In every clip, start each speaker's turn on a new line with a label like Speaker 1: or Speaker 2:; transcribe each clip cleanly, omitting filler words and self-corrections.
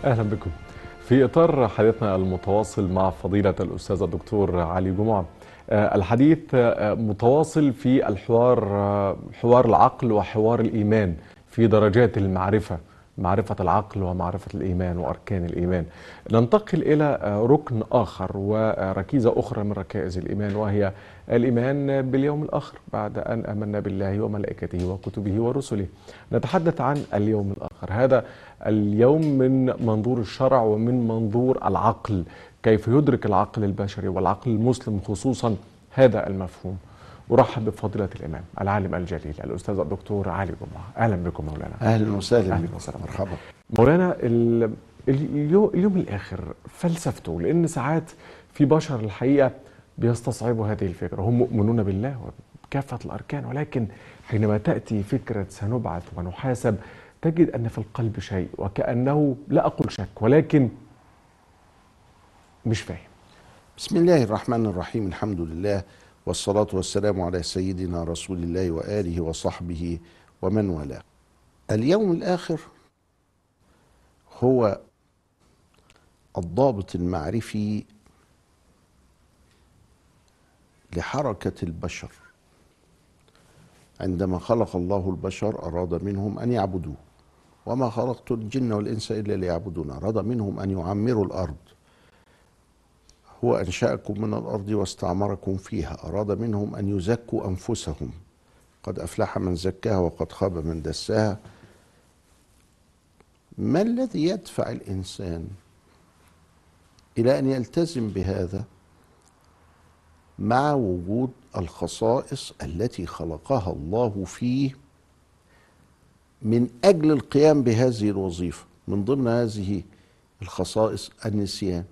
Speaker 1: أهلا بكم. في إطار حديثنا المتواصل مع فضيلة الأستاذ الدكتور علي جمعة، الحديث متواصل في الحوار، حوار العقل وحوار الإيمان في درجات المعرفة، معرفة العقل ومعرفة الإيمان وأركان الإيمان. ننتقل إلى ركن آخر وركيزة أخرى من ركائز الإيمان، وهي الإيمان باليوم الآخر بعد أن آمنا بالله وملائكته وكتبه ورسله. نتحدث عن اليوم الآخر، هذا اليوم من منظور الشرع ومن منظور العقل، كيف يدرك العقل البشري والعقل المسلم خصوصا هذا المفهوم. أرحب بفضيلة الإمام العالم الجليل الأستاذ الدكتور علي جمعة. أهلا بكم مولانا.
Speaker 2: أهلا وسهلا
Speaker 1: أهلا
Speaker 2: بكم.
Speaker 1: وسهلا
Speaker 2: مرحبا
Speaker 1: مولانا. اليوم الآخر فلسفته، لأن ساعات في بشر الحقيقة بيستصعبوا هذه الفكرة، هم مؤمنون بالله وبكافة الأركان، ولكن حينما تأتي فكرة سنبعث ونحاسب تجد أن في القلب شيء وكأنه، لا أقول شك، ولكن مش فاهم.
Speaker 2: بسم الله الرحمن الرحيم. الحمد لله والصلاة والسلام على سيدنا رسول الله وآله وصحبه ومن والاه. اليوم الآخر هو الضابط المعرفي لحركة البشر. عندما خلق الله البشر أراد منهم أن يعبدوه، وما خلقت الجن والإنس إلا ليعبدون. أراد منهم أن يعمروا الأرض، هو أنشأكم من الأرض واستعمركم فيها. أراد منهم أن يزكوا أنفسهم، قد أفلح من زكاها وقد خاب من دساها. ما الذي يدفع الإنسان إلى أن يلتزم بهذا مع وجود الخصائص التي خلقها الله فيه من أجل القيام بهذه الوظيفة؟ من ضمن هذه الخصائص النسيان.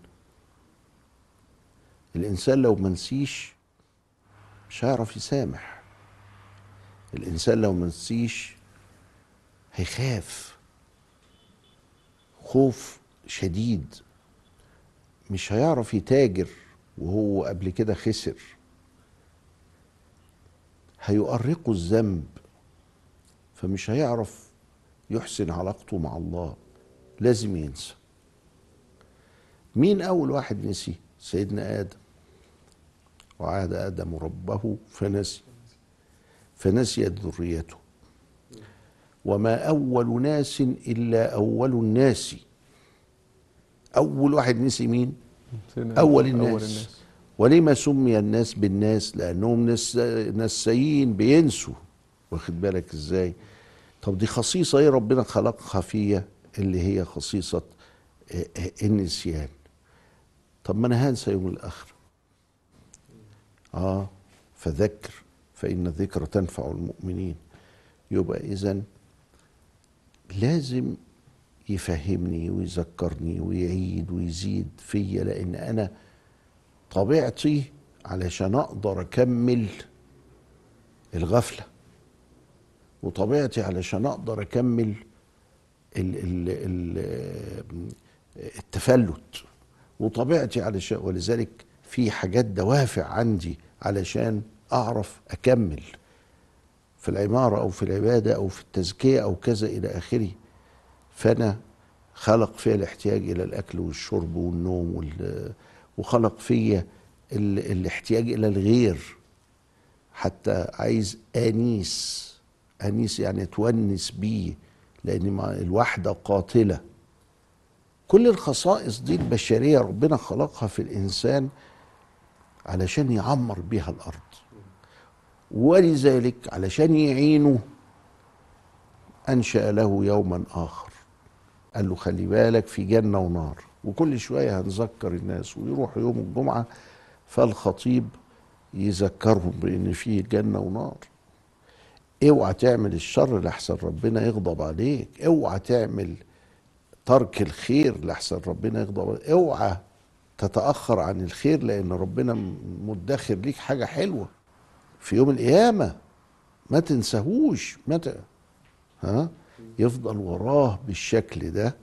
Speaker 2: الإنسان لو منسيش مش هيعرف يسامح. الإنسان لو منسيش هيخاف خوف شديد، مش هيعرف يتاجر وهو قبل كده خسر، هيؤرقه الذنب، فمش هيعرف يحسن علاقته مع الله، لازم ينسى. مين أول واحد نسي؟ سيدنا آدم. وعاد آدم ربه فنسيت ذريته. وما أول ناس إلا أول الناس. أول واحد نسي مين؟ أول الناس. ولما سمي الناس بالناس؟ لأنهم نسيين، بينسوا. واخد بالك إزاي؟ طب دي خصيصة إيه ربنا خلقها فيا، اللي هي خصيصة النسيان. طب ما أنا هنسى يوم الآخر. فذكر فإن الذكر تنفع المؤمنين. يبقى إذن لازم يفهمني ويذكرني ويعيد ويزيد فيا، لأن أنا طبيعتي علشان أقدر أكمل الغفلة، وطبيعتي علشان أقدر أكمل التفلت، وطبيعتي علشان، ولذلك في حاجات دوافع عندي علشان أعرف أكمل في العمارة أو في العبادة أو في التزكية أو كذا إلى آخره. فأنا خلق فيها الاحتياج إلى الأكل والشرب والنوم وخلق فيا الاحتياج إلى الغير، حتى عايز أنيس يعني تونس بيه، لأن الوحدة قاتلة. كل الخصائص دي البشرية ربنا خلقها في الإنسان علشان يعمر بها الأرض، ولذلك علشان يعينه أنشأ له يوما آخر. قال له خلي بالك في جنة ونار، وكل شوية هنذكر الناس، ويروح يوم الجمعة فالخطيب يذكرهم بأن فيه جنة ونار. اوعى تعمل الشر لحسن ربنا يغضب عليك، اوعى تعمل ترك الخير لحسن ربنا يغضب عليك، اوعى تتأخر عن الخير لأن ربنا مدخر ليك حاجة حلوة في يوم القيامة، ما تنساهوش. يفضل وراه بالشكل ده،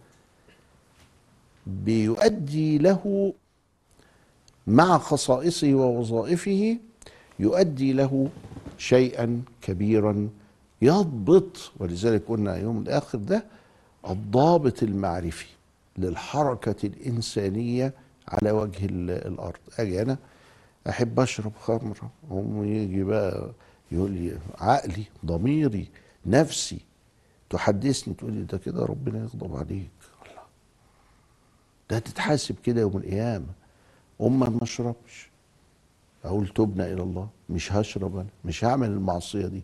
Speaker 2: بيؤدي له مع خصائصه ووظائفه، يؤدي له شيئا كبيرا يضبط. ولذلك قلنا يوم الآخر ده الضابط المعرفي للحركة الإنسانية على وجه الأرض. أجي أنا أحب أشرب خمرة، هم يجي بقى يقول لي عقلي، ضميري، نفسي تحدثني تقول لي ده كده ربنا يغضب عليك، الله، ده تتحاسب كده يوم القيامة. أما ما أشربش، أقول تبنا إلى الله، مش هشرب، أنا مش هعمل المعصية دي.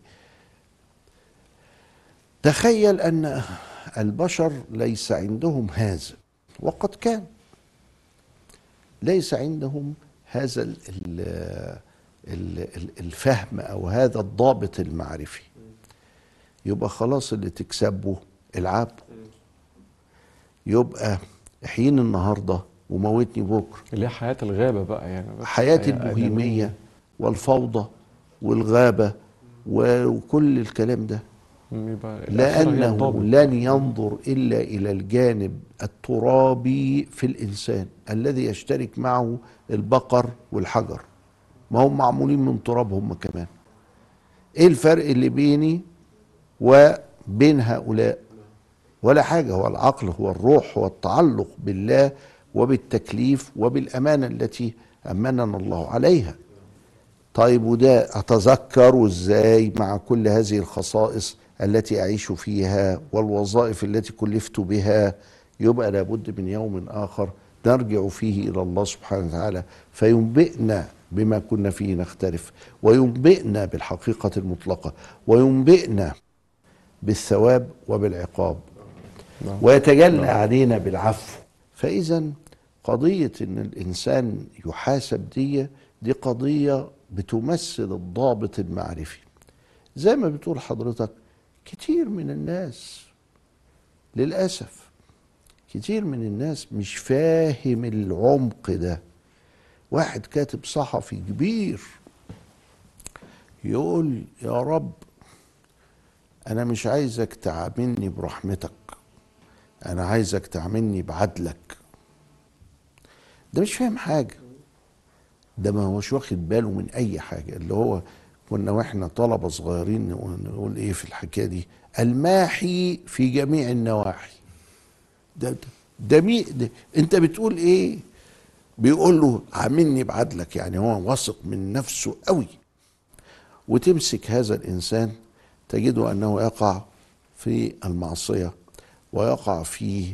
Speaker 2: تخيل أن البشر ليس عندهم هذا، وقد كان ليس عندهم هذا الفهم أو هذا الضابط المعرفي. يبقى خلاص اللي تكسبه العاب، يبقى حين النهارده وموتني بكره،
Speaker 1: اللي هي حياة الغابة بقى يعني،
Speaker 2: حياة البهيمية والفوضى والغابة وكل الكلام ده، لأنه لن ينظر إلا إلى الجانب الترابي في الإنسان الذي يشترك معه البقر والحجر، ما هم معمولين من تراب هم كمان. إيه الفرق اللي بيني وبين هؤلاء؟ ولا حاجة. هو العقل، هو الروح، هو التعلق بالله وبالتكليف وبالأمانة التي أمننا الله عليها. طيب وده أتذكر إزاي مع كل هذه الخصائص التي أعيش فيها والوظائف التي كلفت بها؟ يبقى لابد من يوم آخر نرجع فيه إلى الله سبحانه وتعالى فينبئنا بما كنا فيه نختلف، وينبئنا بالحقيقة المطلقة، وينبئنا بالثواب وبالعقاب، ويتجلى علينا بالعفو. فإذا قضية إن الإنسان يحاسب دي قضية بتمثل الضابط المعرفي. زي ما بتقول حضرتك، كتير من الناس للأسف، كتير من الناس مش فاهم العمق ده. واحد كاتب صحفي كبير يقول يا رب أنا مش عايزك تعاملني برحمتك، أنا عايزك تعاملني بعدلك. ده مش فاهم حاجة، ده ما هوش واخد باله من أي حاجة. اللي هو كنا واحنا طلبة صغيرين نقول إيه في الحكاية دي؟ الماحي في جميع النواحي. ده أنت بتقول إيه؟ بيقول له عاملني بعدلك، يعني هو واثق من نفسه قوي. وتمسك هذا الإنسان تجده أنه يقع في المعصية ويقع في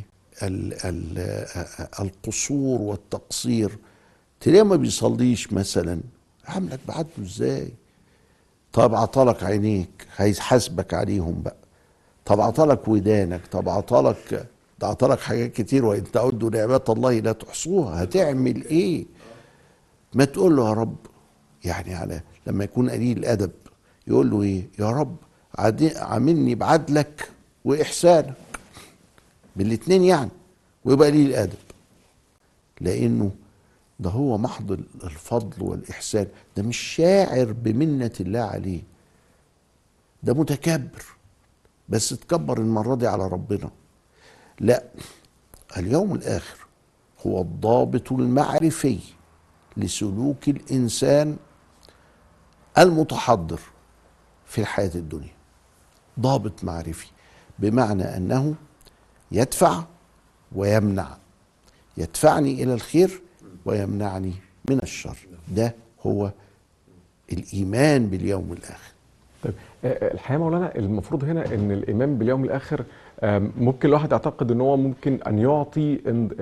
Speaker 2: القصور والتقصير. تلاقيه ما بيصليش مثلا، عاملك بعدله ازاي؟ طب عطلك عينيك، هيحاسبك عليهم بقى. طب عطلك ودانك، طب عطلك حاجات كتير، وان تعدوا نعمات الله لا تحصوها. هتعمل ايه؟ ما تقول له يا رب، يعني على لما يكون قليل الادب يقول له ايه؟ يا رب عاملني بعدلك واحسانك، بالاتنين يعني، ويبقى قليل الادب. لانه ده هو محض الفضل والإحسان، ده مش شاعر بمنة الله عليه، ده متكبر، بس تكبر المرة دي على ربنا. لا، اليوم الآخر هو الضابط المعرفي لسلوك الإنسان المتحضر في الحياة الدنيا. ضابط معرفي بمعنى أنه يدفع ويمنع، يدفعني إلى الخير ويمنعني من الشر. ده هو الإيمان باليوم الآخر.
Speaker 1: طيب الحقيقة مولانا، المفروض هنا ان الإيمان باليوم الآخر ممكن الواحد يعتقد ان هو ممكن ان يعطي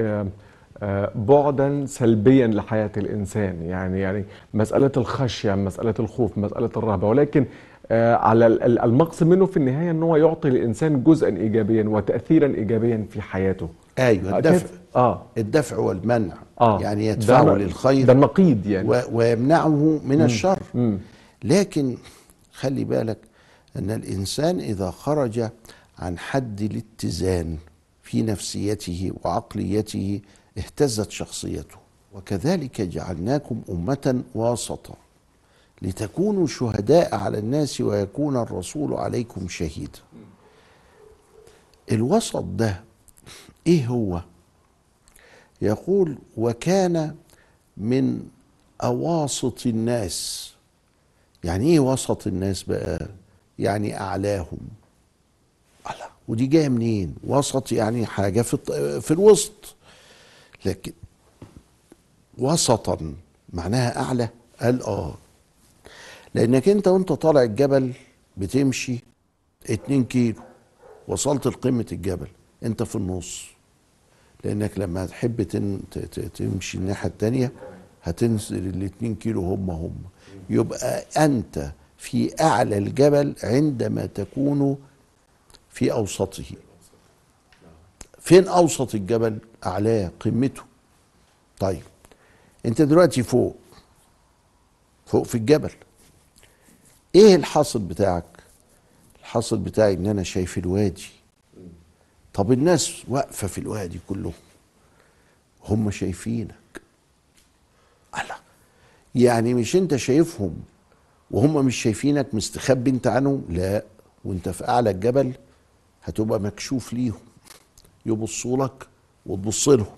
Speaker 1: بعدا سلبيا لحياة الإنسان، يعني مسألة الخشية، مسألة الخوف، مسألة الرهبة، ولكن على المقصد منه في النهاية ان هو يعطي للإنسان جزءا إيجابيا وتأثيرا إيجابيا في حياته.
Speaker 2: ايوه، الدفع والمنع، يعني يدفعه للخير،
Speaker 1: ده النقيض يعني،
Speaker 2: ويمنعه من الشر. لكن خلي بالك ان الانسان اذا خرج عن حد الاتزان في نفسيته وعقليته اهتزت شخصيته. وكذلك جعلناكم أمة واسطة لتكونوا شهداء على الناس ويكون الرسول عليكم شهيدا. الوسط ده ايه هو؟ يقول وكان من أواسط الناس. يعني ايه وسط الناس بقى؟ يعني أعلاهم. الله، ودي جايه منين؟ وسط يعني حاجه في الوسط. لكن وسطا معناها اعلى؟ قال لانك انت وانت طالع الجبل بتمشي 2 كيلو، وصلت لقمه الجبل، انت في النص. لانك لما هتحب تمشي الناحيه التانيه هتنزل ال2 كيلو هم. يبقى انت في اعلى الجبل عندما تكون في اوسطه. فين اوسط الجبل؟ اعلاه، قمته. طيب انت دلوقتي فوق في الجبل، ايه الحاصل بتاعك؟ الحاصل بتاعي ان انا شايف الوادي. طب الناس واقفه في الوادي كلهم، هم شايفينك. الله، يعني مش انت شايفهم وهم مش شايفينك، مستخبي انت عنهم؟ لا، وانت في اعلى الجبل هتبقى مكشوف ليهم، يبصوا لك وتبص لهم.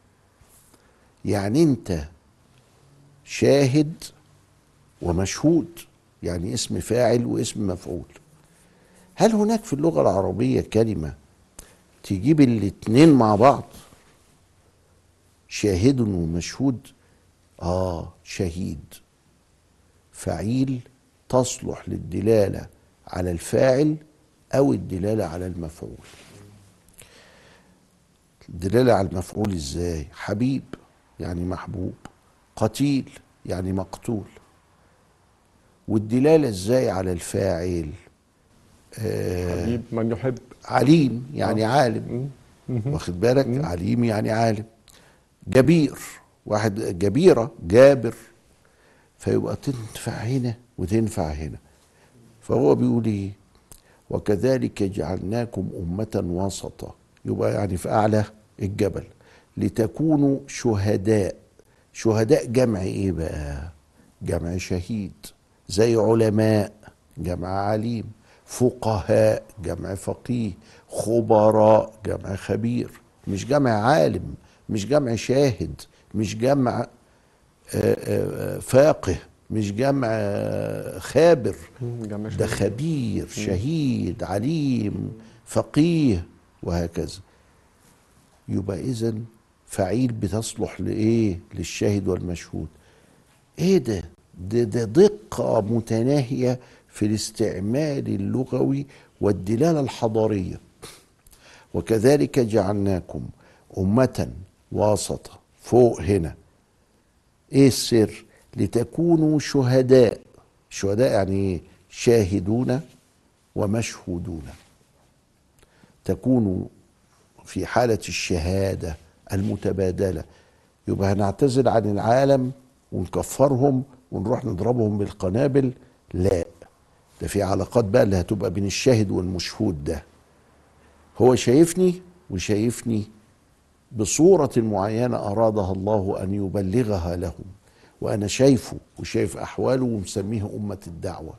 Speaker 2: يعني انت شاهد ومشهود، يعني اسم فاعل واسم مفعول. هل هناك في اللغة العربية كلمة تجيب الاتنين مع بعض؟ شاهد ومشهود. شهيد فعيل تصلح للدلالة على الفاعل أو الدلالة على المفعول. الدلالة على المفعول ازاي؟ حبيب يعني محبوب، قتيل يعني مقتول. والدلالة ازاي على الفاعل؟
Speaker 1: حبيب من يحب.
Speaker 2: عليم يعني عالم، واخد بالك؟ عليم يعني عالم. جبير، واحد جبيرة، جابر. فيبقى تنفع هنا وتنفع هنا. فهو بيقول ايه؟ وكذلك جعلناكم أمة وسطا، يبقى يعني في أعلى الجبل، لتكونوا شهداء. شهداء جمع ايه بقى؟ جمع شهيد. زي علماء جمع عليم، فقهاء جمع فقيه، خبراء جمع خبير. مش جمع عالم، مش جمع شاهد، مش جمع فاقه، مش جمع خابر. ده خبير، شهيد، عليم، فقيه، وهكذا. يبقى إذن فعيل بتصلح لإيه؟ للشاهد والمشهود. إيه ده؟ ده دقة متناهية في الاستعمال اللغوي والدلالة الحضارية. وكذلك جعلناكم أمة وسطا، فوق هنا. إيه السر؟ لتكونوا شهداء. شهداء يعني إيه؟ شاهدون ومشهودون. تكونوا في حالة الشهادة المتبادلة. يبقى هنعتزل عن العالم ونكفرهم ونروح نضربهم بالقنابل؟ لا، ده في علاقات بقى اللي هتبقى بين الشاهد والمشهود. ده هو شايفني وشايفني بصورة معينة أرادها الله أن يبلغها لهم، وأنا شايفه وشايف أحواله ومسميه أمة الدعوة.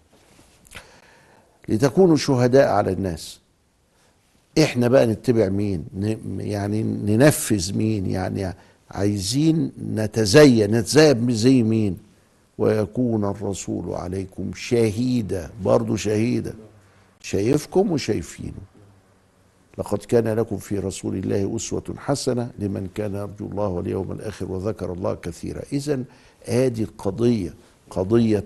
Speaker 2: لتكونوا شهداء على الناس. احنا بقى نتبع مين؟ يعني ننفذ مين؟ يعني عايزين نتزين زي مين؟ ويكون الرسول عليكم شهيدا، برضو شهيدا، شايفكم وشايفينه. لقد كان لكم في رسول الله أسوة حسنة لمن كان يرجو الله واليوم الآخر وذكر الله كثيرا. إذن هذه القضية، قضية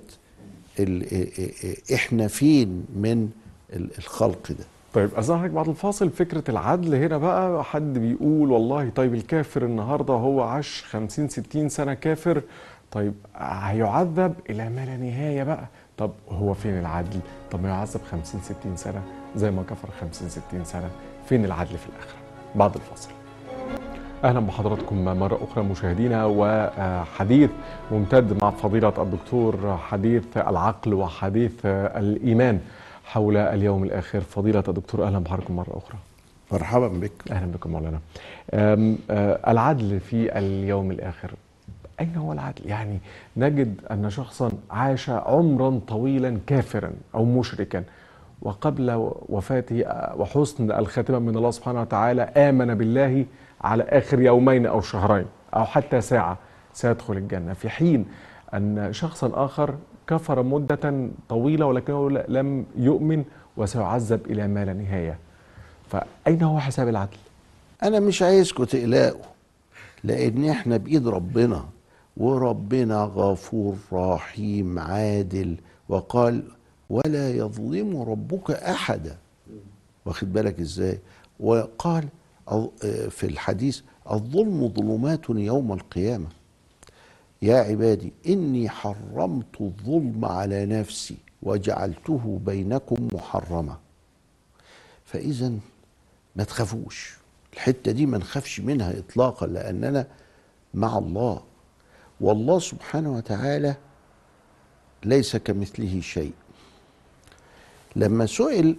Speaker 2: احنا فين من الخلق ده.
Speaker 1: طيب أزهرك بعد الفاصل فكرة العدل هنا بقى. حد بيقول والله طيب الكافر النهاردة هو عاش 50-60 سنة كافر، طيب هيعذب إلى ما لا نهاية بقى. طب هو فين العدل؟ طب ما يعذب 50-60 سنة زي ما كفر 50-60 سنة، فين العدل في الآخرة؟ بعد الفاصل. أهلا بحضراتكم مرة أخرى مشاهدينا، وحديث ممتد مع فضيلة الدكتور، حديث العقل وحديث الإيمان حول اليوم الآخر. فضيلة الدكتور أهلا بحضراتكم مرة أخرى.
Speaker 2: مرحبا بك.
Speaker 1: أهلا بكم مولانا. العدل في اليوم الآخر، أين هو العدل؟ يعني نجد أن شخصا عاش عمرا طويلا كافرا أو مشركا، وقبل وفاته وحسن الخاتمة من الله سبحانه وتعالى آمن بالله على آخر يومين أو شهرين أو حتى ساعة سيدخل الجنة، في حين أن شخصا آخر كفر مدة طويلة ولكنه لم يؤمن وسيعذب إلى ما لا نهاية. فأين هو حساب العدل؟
Speaker 2: انا مش عايزكم تقلقوا، لان احنا بايد ربنا، وربنا غفور رحيم عادل، وقال ولا يظلم ربك احدا. واخد بالك ازاي؟ وقال في الحديث الظلم ظلمات يوم القيامة، يا عبادي إني حرمت الظلم على نفسي وجعلته بينكم محرما. فإذا ما تخافوش، الحتة دي ما نخافش منها إطلاقا، لأننا مع الله، والله سبحانه وتعالى ليس كمثله شيء. لما سئل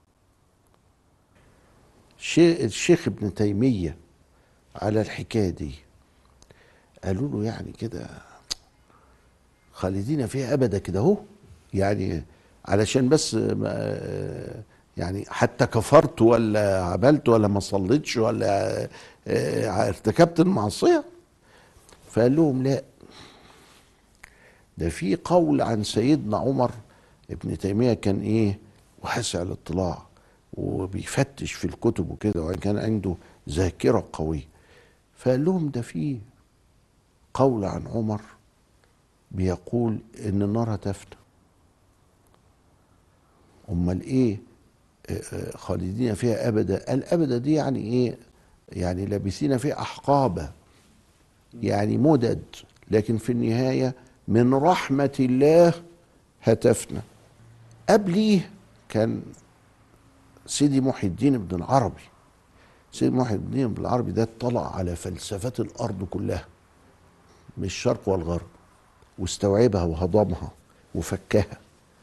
Speaker 2: الشيخ ابن تيمية على الحكاية دي، قالوا له يعني كده خالدين فيها أبدا كده اهو، يعني علشان بس يعني حتى كفرت ولا عملت ولا ما صليتش ولا ارتكبت المعصية؟ فقال لهم لا، ده في قول عن سيدنا عمر. ابن تيمية كان ايه، واسع الاطلاع وبيفتش في الكتب وكده، وكان كان عنده ذاكرة قوية. فقال لهم ده في قول عن عمر بيقول ان النار هتفنى. امال ايه خالدين فيها ابدا؟ قال ابدا دي يعني ايه؟ يعني لابسين فيها احقابا، يعني مدد، لكن في النهايه من رحمه الله هتفنى. قبليه كان سيدي محي الدين بن العربي. سيدي محي الدين بن العربي ده اطلع على فلسفات الارض كلها من الشرق والغرب، واستوعبها وهضمها وفكها،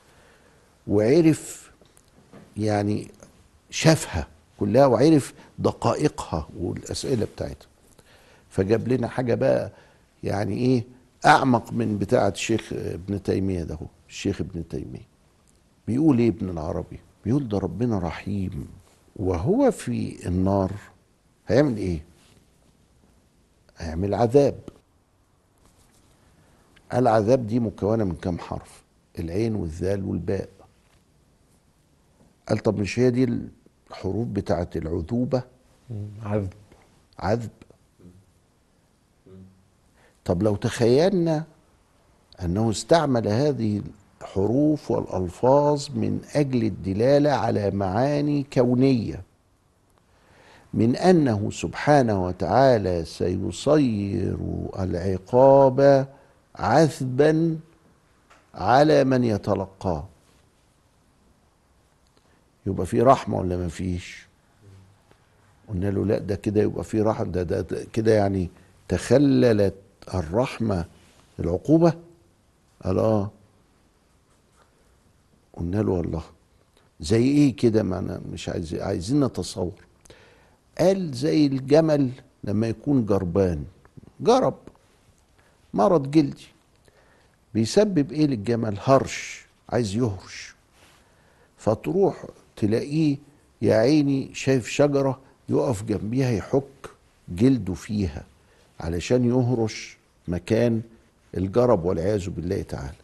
Speaker 2: وعرف يعني شافها كلها، وعرف دقائقها والاسئله بتاعتها. فجاب لنا حاجه بقى يعني ايه اعمق من بتاعه الشيخ ابن تيميه ده. هو الشيخ ابن تيميه بيقول ايه ابن العربي؟ بيقول ده ربنا رحيم، وهو في النار هيعمل ايه؟ هيعمل عذاب. العذاب دي مكونه من كام حرف؟ العين والذال والباء. قال طب مش هي دي الحروف بتاعه العذوبه؟
Speaker 1: عذب.
Speaker 2: عذب. طب لو تخيلنا أنه استعمل هذه الحروف والألفاظ من أجل الدلالة على معاني كونية، من أنه سبحانه وتعالى سيصير العقاب عذبا على من يتلقاه، يبقى في رحمة ولا ما فيش؟ قلنا له لا، ده كده يبقى في رحمة، ده كده يعني تخللت الرحمة العقوبة. قال اه. قلنا له والله زي ايه كده؟ ما انا مش عايزين نتصور. قال زي الجمل لما يكون جربان، جرب مرض جلدي، بيسبب ايه للجمل؟ هرش، عايز يهرش. فتروح تلاقيه يا عيني شايف شجرة يقف جنبيها يحك جلده فيها علشان يهرش مكان الجرب والعياذ بالله تعالى.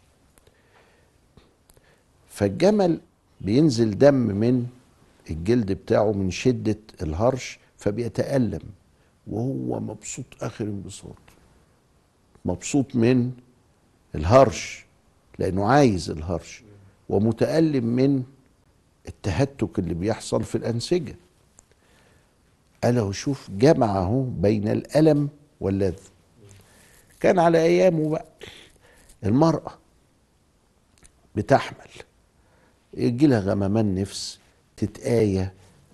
Speaker 2: فالجمل بينزل دم من الجلد بتاعه من شدة الهرش، فبيتألم وهو مبسوط آخر انبساط، مبسوط من الهرش لأنه عايز الهرش، ومتألم من التهتك اللي بيحصل في الأنسجة. ألا وشوف جمعه بين الألم واللذ. كان على أيامه بقى المرأة بتحمل، يجي لها غممان نفس، تتآية،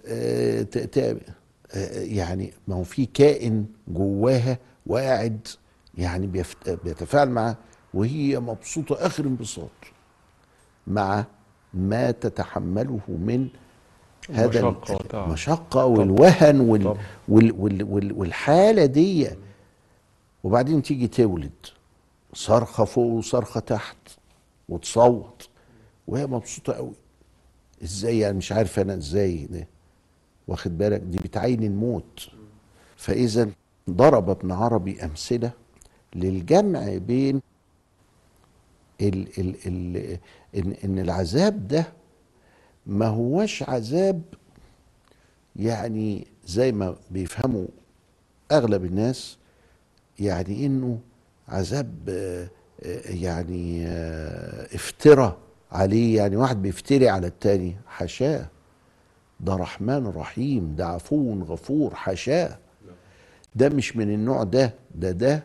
Speaker 2: يعني ما هو في كائن جواها وقاعد يعني بيتفاعل معها، وهي مبسوطة آخر انبساط مع ما تتحمله من هذا المشقة والوهن والحالة دي. وبعدين تيجي تولد، صرخة فوق وصرخة تحت وتصوت وهي مبسوطة قوي. ازاي يعني؟ مش عارف انا ازاي ده. واخد بالك؟ دي بتعين الموت. فاذا ضرب ابن عربي امثله للجمع بين ان العذاب ده ما هوش عذاب يعني زي ما بيفهموا اغلب الناس، يعني انه عذاب يعني افترى عليه، يعني واحد بيفتري على التاني. حاشاه، ده رحمن رحيم، ده عفو غفور، حاشاه. ده مش من النوع ده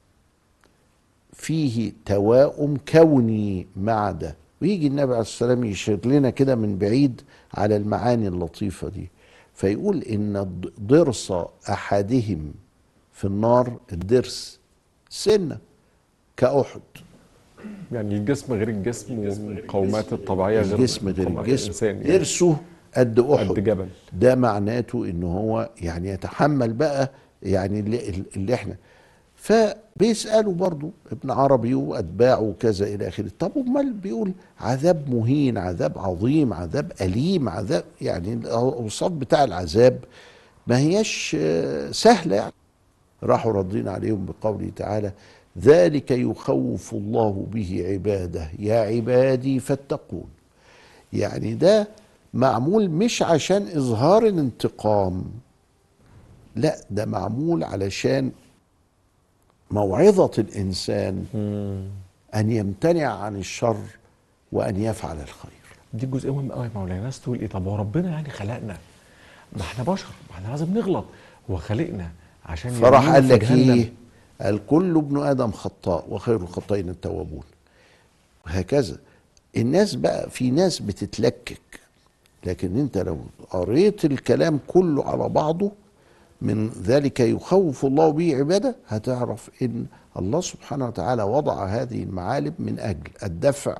Speaker 2: فيه توائم كوني مع ده. ويجي النبي عليه الصلاة والسلام يشير لنا كده من بعيد على المعاني اللطيفة دي، فيقول إن ضرس أحدهم في النار، الضرس سنة كأحد.
Speaker 1: يعني الجسم غير الجسم، والمقومات الطبيعية غير
Speaker 2: الجسم غير
Speaker 1: مقومات
Speaker 2: الجسم،
Speaker 1: الإنسان، يعني
Speaker 2: ضرسه قد
Speaker 1: قد
Speaker 2: أحد.
Speaker 1: جبل.
Speaker 2: ده معناته إن هو يعني يتحمل بقى، يعني اللي احنا. فبيسألوا برضو ابن عربي وأتباعه وكذا إلى آخره، طب أمال بيقول عذاب مهين، عذاب عظيم، عذاب أليم، عذاب، يعني الأوصاف بتاع العذاب ما هيش سهلة يعني. راحوا ردين عليهم بقوله تعالى: ذلك يخوف الله به عباده يا عبادي فاتقون. يعني ده معمول مش عشان إظهار الانتقام، لا، ده معمول علشان موعظة الإنسان أن يمتنع عن الشر وأن يفعل الخير.
Speaker 1: دي جزء مهم قوي يا مولانا. ناس تقول ايه، طب هو ربنا يعني خلقنا، ما احنا بشر، ما احنا لازم نغلط، هو خلقنا عشان
Speaker 2: فراح
Speaker 1: يرمينا
Speaker 2: قال
Speaker 1: في
Speaker 2: لك
Speaker 1: جهنم؟
Speaker 2: إيه؟ قال كل ابن آدم خطاء وخير الخطائين التوابون. وهكذا الناس بقى، في ناس بتتلكك، لكن انت لو قريت الكلام كله على بعضه، من ذلك يخوف الله به عباده، هتعرف ان الله سبحانه وتعالى وضع هذه المعالم من اجل الدفع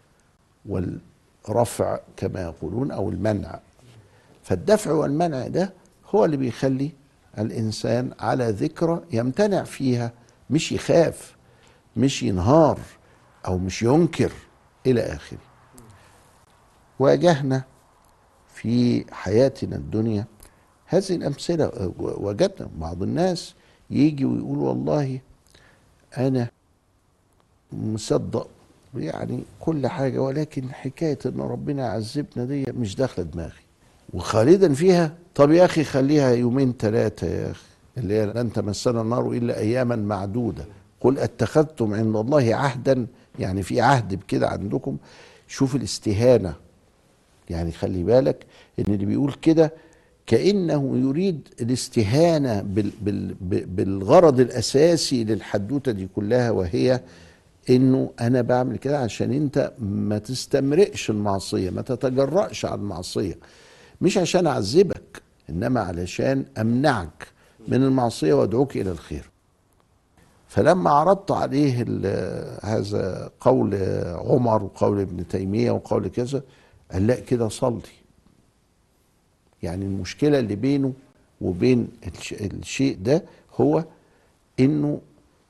Speaker 2: والرفع كما يقولون، او المنع. فالدفع والمنع ده هو اللي بيخلي الانسان على ذكرى يمتنع فيها، مش يخاف، مش ينهار، او مش ينكر الى اخره. واجهنا في حياتنا الدنيا هذه الأمثلة. وجدنا بعض الناس يجي ويقول والله أنا مصدق يعني كل حاجة، ولكن حكاية إن ربنا يعذبنا دي مش داخلة دماغي، وخالدا فيها. طب يا أخي خليها يومين ثلاثة يا أخي، اللي هي لن تمسنا النار إلا أياما معدودة، قل اتخذتم عند الله عهدا، يعني في عهد بكده عندكم. شوف الاستهانة، يعني خلي بالك إن اللي بيقول كده كأنه يريد الاستهانة بالغرض الأساسي للحدوتة دي كلها، وهي إنه أنا بعمل كده عشان أنت ما تستمرئش المعصية، ما تتجرأش على المعصية، مش عشان أعذبك، إنما علشان أمنعك من المعصية وأدعوك إلى الخير. فلما عرضت عليه هذا قول عمر وقول ابن تيمية وقول كذا، قال لا كده صلي. يعني المشكلة اللي بينه وبين الشيء ده هو انه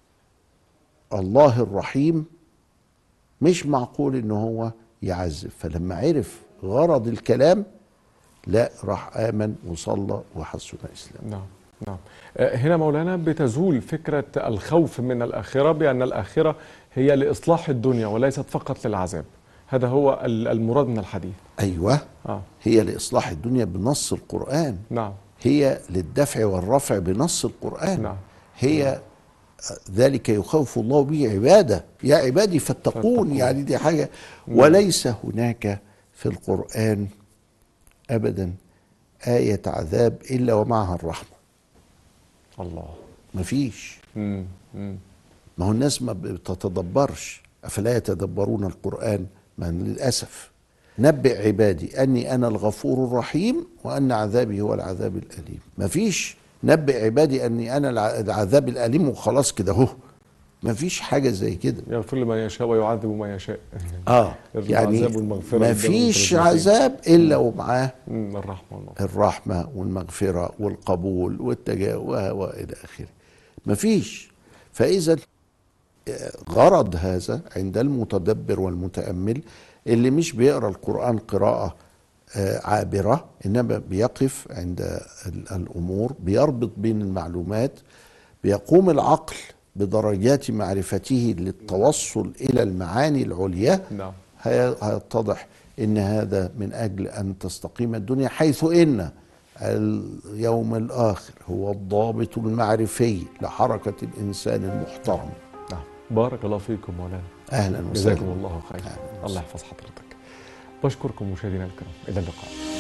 Speaker 2: الله الرحيم مش معقول انه هو يعذب. فلما عرف غرض الكلام، لا، راح آمن وصلى وحسن إسلام.
Speaker 1: نعم نعم. هنا مولانا بتزول فكرة الخوف من الآخرة بأن الآخرة هي لإصلاح الدنيا وليست فقط للعذاب. هذا هو المراد من الحديث.
Speaker 2: أيوة. هي لإصلاح الدنيا بنص القرآن.
Speaker 1: نعم.
Speaker 2: هي للدفع والرفع بنص القرآن.
Speaker 1: نعم.
Speaker 2: هي ذلك يخوف الله به عباده يا عبادي فاتقون. يعني دي حاجة. وليس هناك في القرآن أبدا آية عذاب إلا ومعها الرحمة.
Speaker 1: الله.
Speaker 2: مفيش. ما هو الناس ما بتتدبرش. أفلا يتدبرون القرآن؟ ما للأسف. نبئ عبادي أني أنا الغفور الرحيم وأن عذابي هو العذاب الأليم. مفيش نبئ عبادي أني أنا العذاب الأليم وخلاص كده اهو. مفيش حاجة زي كده.
Speaker 1: يغفر لمن يشاء ويعذب ما يشاء.
Speaker 2: يعني مفيش عذاب إلا ومعاه الرحمة والمغفرة والقبول والتجاوز وإلى آخره. مفيش. فإذا غرض هذا عند المتدبر والمتأمل اللي مش بيقرأ القرآن قراءة عابرة، إنما بيقف عند الأمور، بيربط بين المعلومات، بيقوم العقل بدرجات معرفته للتوصل إلى المعاني العليا. هيتضح إن هذا من أجل أن تستقيم الدنيا، حيث إن اليوم الآخر هو الضابط المعرفي لحركة الإنسان المحترم.
Speaker 1: نعم. بارك الله فيكم مولانا.
Speaker 2: أهلا وسهلا.
Speaker 1: جزاكم الله خير. الله يحفظ حضرتك. بشكركم مشاهدينا الكرام، إلى اللقاء.